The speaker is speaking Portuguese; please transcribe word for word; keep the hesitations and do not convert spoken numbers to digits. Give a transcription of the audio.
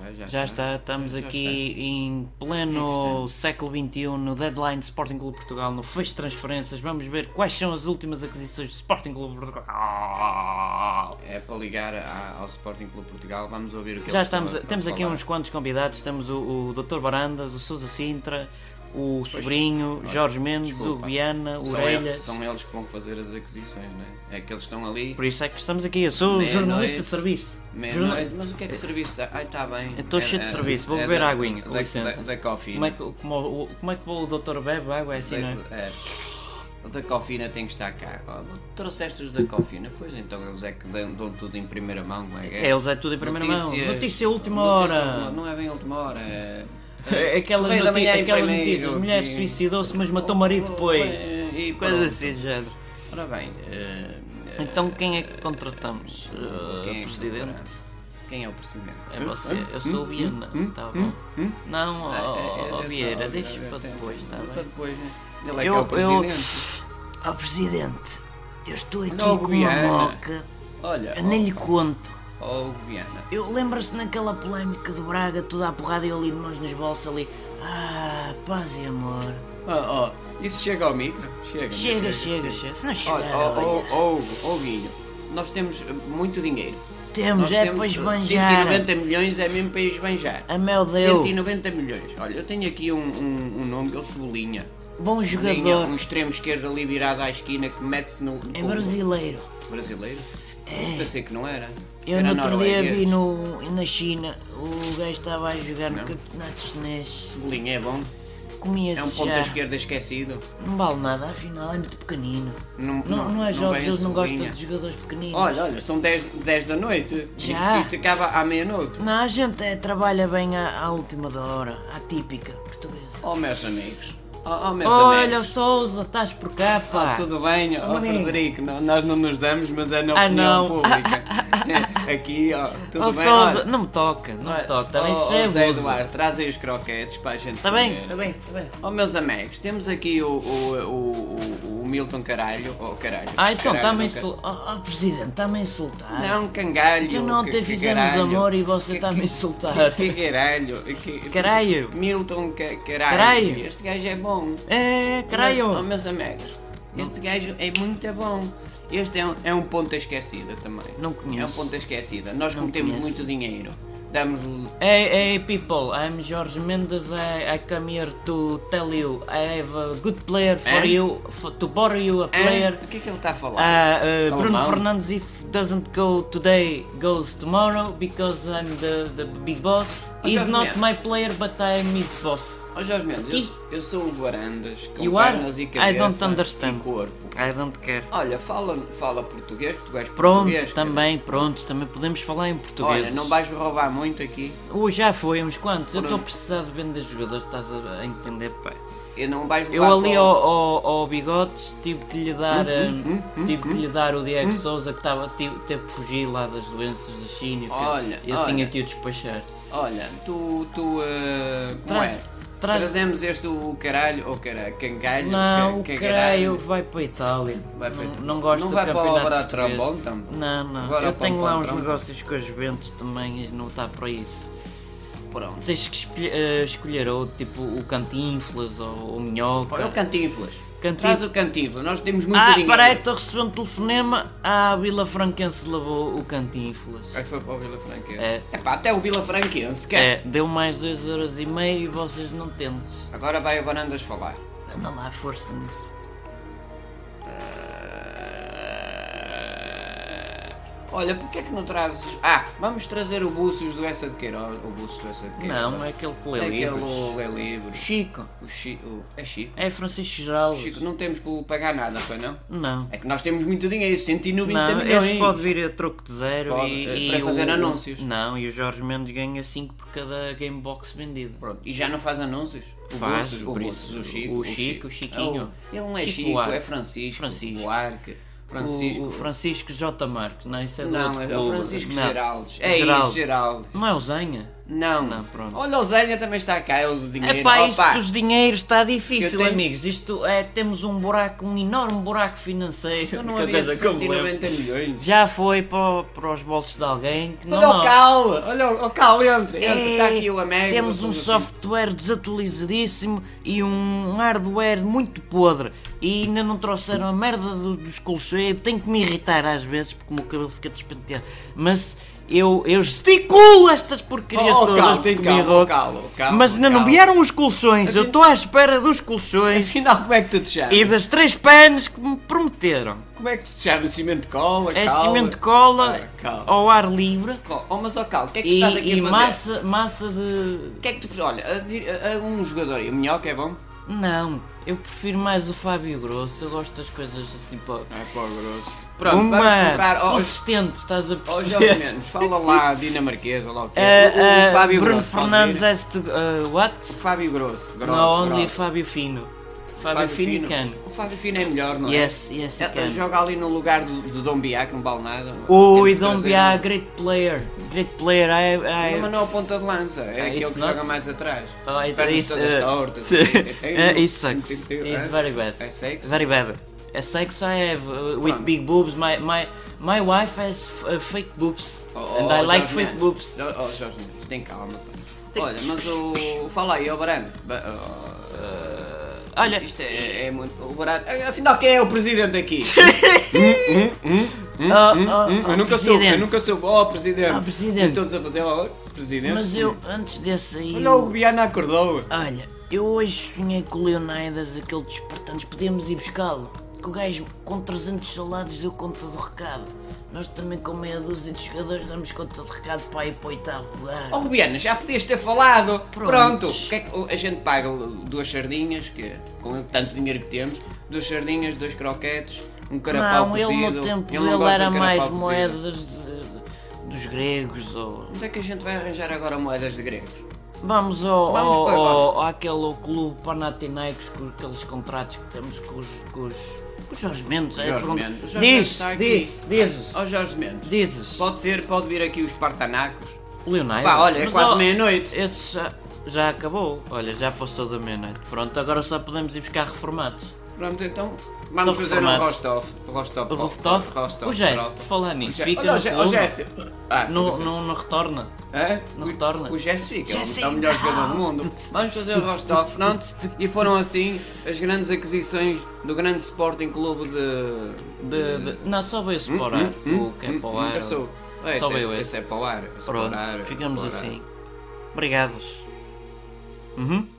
está, já, Já está. está, estamos Já aqui está. em pleno século vinte e um, no deadline de Sporting Clube Portugal, no fecho de transferências. Vamos ver quais são as últimas aquisições do Sporting Clube Portugal. É para ligar a- ao Sporting Clube Portugal, vamos ouvir o que Já eles estamos, estão a, temos a aqui falar. uns quantos convidados. Temos o, o doutor Barandas, o Sousa Sintra, o Sobrinho, olha, Jorge Mendes, desculpa. o Viana, o São Orelha. eles, são eles que vão fazer as aquisições, não é? É que eles estão ali. Por isso é que estamos aqui. Eu sou Meia jornalista noite. de serviço. Meia-noite, mas o que é que o serviço está? Ai, está bem. Eu estou É- cheio de é- serviço, vou é beber da- aguinha, com da, licença. Da, da Cofina. Como é, que, como, o- como é que o doutor bebe água? É assim, não é? É. O da Cofina tem que estar cá. Oh, trouxeste os da Cofina? Pois então eles é que dão, dão tudo em primeira mão, não é? É, eles é tudo em primeira mão. Notícias- Notícia última notícia hora. última- Não é bem última hora, é. É Aquelas, Correio da noti Manhã em aquelas primeiro, notícias, mulher e- suicidou-se mas matou o marido depois. E Coisas pronto. assim, de género. Ora bem, eh, Então quem é que contratamos? quem Uh, é que presidente? contratamos? Quem é o presidente? É você, eu sou o Viana, tá bom? Não, ó Ah, é- ó, ó, é- é- Vieira, é- deixa é- para é- depois, tá Para bem? depois, né? Ele é que Eu, é o eu, presidente. ó Presidente, eu estou aqui Olha o com uma Viana. moca, Olha, eu nem lhe ó, conto. ó, ó, Viana. Eu lembro-se naquela polémica do Braga, tudo à porrada e eu ali de mãos nas bolsas ali. Ah, paz e amor. Ó, ó, isso chega ao micro? Chega, Chega, chega, chega. Se não chegar, Olha, ó, olha. ó, ó, ó, Guinho, nós temos eh, muito dinheiro. Temos, Nós é temos para cento e esbanjar. noventa milhões é mesmo para esbanjar. A meu Deus. cento e noventa milhões. Olha, eu tenho aqui um, um, um nome que é o Cebolinha. Bom Cebolinha, jogador. um extremo esquerdo ali virado à esquina que mete-se no... É com- brasileiro. Brasileiro? Eu pensei que não era. Eu Era no outro dia norueguês. vi no, na China, o gajo estava a jogar no Não. campeonato chinês. Cebolinha é bom. Comia-se É um ponta já. esquerda esquecido. Não vale nada, afinal é muito pequenino. Não, Não, não é jogos, vem eles não gostam Cebolinha. de jogadores pequeninos. Olha, olha, são dez da noite. Já. Isto, isto acaba à meia-noite. Não, a gente é, trabalha bem à, à última da hora, à típica portuguesa. Oh, meus amigos. Oh, oh meus Olha, amigos. Sousa, estás por cá, pá. Ah, tudo bem, ó Amigo. Frederico, não- nós não nos damos, mas é na Ah, opinião não. pública. Aqui, ó, tudo Oh, bem. Sousa, olha. não me toca, não me Olha, toca, também ó, isso já é ó, Zé abuso. Eduardo, traz aí os croquetes para a gente Está bem, comer. está bem, está bem. Oh, meus amigos, temos aqui o, o, o, o, o Milton Caralho. Oh, caralho. Ah, então Caralho, está-me a não ca- insultar. Oh, oh, Presidente, está-me a insultar. Não, cangalho. Então ontem que- que fizemos caralho. amor e você Que- está-me a que- insultar. Que, que caralho. Que, Caralho. Milton ca, caralho. Caralho. Este gajo é bom. É, Mas, caralho. oh, meus amigos, este gajo é muito bom. Este é um, é um ponta esquecida também. Não conheço. É um ponta esquecida. Nós, como temos conheço. muito dinheiro, damos-lhe. Hey, hey people, I'm Jorge Mendes. I, I come here to tell you I have a good player for Hã? you, for, to borrow you a player. O que é que ele está a falar? Uh, uh, Bruno Alemão? Fernandes, if doesn't go today, goes tomorrow because I'm the, the big boss. Oh, He's Jorge not Mendes. my player, but I'm his boss. Ó Jorge Mendes, Que- eu, eu sou o Varandas, com You are? pernas e I cabeça don't understand. e corpo. I don't care. Olha, fala, fala português, que tu és Pronto, português. cara. também, prontos, também podemos falar em português. Olha, não vais roubar muito aqui. Uh, já foi, uns quantos. Eu estou a Pronto. precisar de vender jogadores, estás a, a entender, pai. E não vais Eu levar ali para ao, o- ao, ao Bigotes tive que lhe dar Hum, hum, tive que lhe dar o Diego Souza que estava, tive, teve que fugir lá das doenças da China. que Olha, eu olha. tinha que o despachar. Olha, tu, tu, eh, como Traz- é? traz- Trazemos este o caralho, ou caralho, cangalho, Não, o ca- caralho vai para a Itália. Vai para a não, Itália. não gosto Não do vai para o campeonato Barato português. Trombone, então? Não, não. Agora eu para o tenho lá Pão uns Trombone. negócios com as Juventus também e não está para isso. Pronto. Tens que escolher, eh, escolher outro, tipo o Cantinflas ou o Minhoca. Olha o Cantinflas. Cantinflas. Traz o Cantinflas, nós temos muito Ah, dinheiro. peraí, estou a receber um telefonema. Ah, a Vila Franquense levou o Cantinflas. Aí foi para o Vila Franquense. É. Epá, até o Vila Franquense, quer. É, deu mais dois euros e meio e vocês não tendes. Agora vai o Varandas falar. Anda lá, força nisso. Olha, porque é que não trazes... Ah, vamos trazer o Búcios do Essa de Queiroz. O Búcios do Essa de Queiroz. Não, é aquele que lê É aquele livros. lê livros. Chico. O Chico... É Chico? É Francisco Geraldo. Chico, não temos que pagar nada, foi não? Não. É que nós temos muito dinheiro, cento e noventa Não, milhões. esse pode vir a troco de zero Pode, e, é, e para fazer o- anúncios. Não, e o Jorge Mendes ganha cinco por cada Gamebox vendido. Pronto, e já não faz anúncios? O Faz, Búcios, por o isso, Búcios, o Chico. o Chico, o Chiquinho. Oh, ele não é Chico Chico, Buarque. é Francisco. Francisco. Buarque. Francisco. O, o Francisco J. Marques, não, isso é do Não, outro é o clube. Francisco Não. Geraldes. É Geraldo. isso, Geraldo. Não é o Zenha? Não. Não, pronto. Olha, o Zenha também está cá, é o do dinheiro. É pá, isto Opa, dos dinheiros está difícil, Eu tenho- amigos. Isto é, temos um buraco, um enorme buraco financeiro. então não que é havia coisa que eu me cento e lembro. noventa milhões. Já foi para, para os bolsos de alguém que não Olha o há. Cal, olha o Cal, entra, entra, É, está aqui o América. temos um software desatualizadíssimo e um hardware muito podre e ainda não trouxeram a merda do- dos colchões. Eu tenho que me irritar às vezes porque o meu cabelo fica despenteado, mas eu, eu gesticulo estas porcarias Oh, oh, todas Cal, tem porque me calma, irroto. calma, calma, Mas ainda não calma. vieram os colchões, eu estou à espera dos colchões Afinal, como é que tu te chamas? e das três penas que me prometeram. Como é que tu te chamas? Cimento de cola? É Cal? cimento de cola Ah, Cal. ao ar livre Oh, mas ó Cal, o que é que tu e, estás aqui e a fazer? massa, massa de... O que é que tu... Olha, a, dir- a- a um jogador aí, o Minhoca é bom? Não, eu prefiro mais o Fábio Grosso, eu gosto das coisas assim para... É pó grosso. Pronto, Uma vamos comprar... Oh, consistente, estás a oh, Jorge perceber? Mendes, fala lá dinamarquesa, lá o que Uh, é. O, o uh, Fábio Bruno Grosso, podes Fernandes vir? has to... Uh, what? O Fábio Grosso. Gro No, only grosso. Fábio Fino. Fábio, Fino can. O Fábio Fino é melhor, não é? Yes, yes, he Ele can. joga ali no lugar do, do Dom Biá, que não vale nada. Oi, Temos que trazer Dombia, um- great player. Great player, I... I... Não, mas não é a ponta de lança, é Ah, aquele it's que not? joga mais atrás. Oh, it, Pernas it's, todas uh, tortas. uh, it sucks. It's very bad. É sexy? Very bad. A sex I have uh, with Pronto. big boobs. My my my wife has uh, fake boobs, Oh, and oh, I like Jorge fake Mendes. boobs. Oh, oh, Jorge Mendes, tem calma. pá. Olha, mas o... Fala aí, o Barano. Ba- oh, Uh, olha, Isto é, é muito... O Barano... Afinal, quem é o presidente aqui? oh, oh, oh, eu nunca soube, eu presidente. nunca soube. Oh, presidente. Oh, presidente. E todos a fazer, oh, presidente. Mas eu antes desse aí. Olha, o Biana acordou. Olha, eu hoje sonhei com o Leonidas, aquele despertante. Podíamos ir buscá-lo. Que o gajo com trezentos soldados deu conta do recado. Nós também com meia dúzia de jogadores damos conta de recado para ir para o oitavo lugar. Oh, Biana, já podias ter falado. Pronto. Pronto. O que é que- a gente paga duas sardinhas, que com tanto dinheiro que temos, duas sardinhas, dois croquetes, um carapau Não, cozido. ele no tempo não dele gosta era de mais carapau cozido. moedas de- dos gregos ou... Onde é que a gente vai arranjar agora moedas de gregos? Vamos ao, Vamos ao, para agora. ao, àquele clube Panathinaikos com aqueles contratos que temos com os, com os, com os Jorge Mendes. é, Jorge pronto. Mendes. O Jorge Mendes Diz, está aqui. diz, dizes, Ó Jorge Mendes, dizes. pode ser, pode vir aqui os partanacos. Leonardo. Pá, olha, é Mas, quase ó, meia-noite. Esse já, já acabou. Olha, já passou da meia-noite. Pronto, agora só podemos ir buscar reformados. Pronto, então vamos Só fazer um reformados. Rostov. Rostov. O Rostov? Rostov. O Jesse, Rostov. por falar nisso, Je- fica Olha, no o Je- o clube. Jesse. Ah, Não, por não, não retorna. Hã? Não O- retorna. O Jesse fica, ele Jesse é o melhor in the jogador do house. mundo. Vamos fazer o Rostov, pronto. E foram assim as grandes aquisições do grande Sporting Clube de... De, de- não, só veio separar o que é para o ar. Nunca sou. Esse, Só esse, veio esse esse. é para o ar. esse é Pronto, para o ar, ficamos para o ar. assim. Obrigados. Uhum.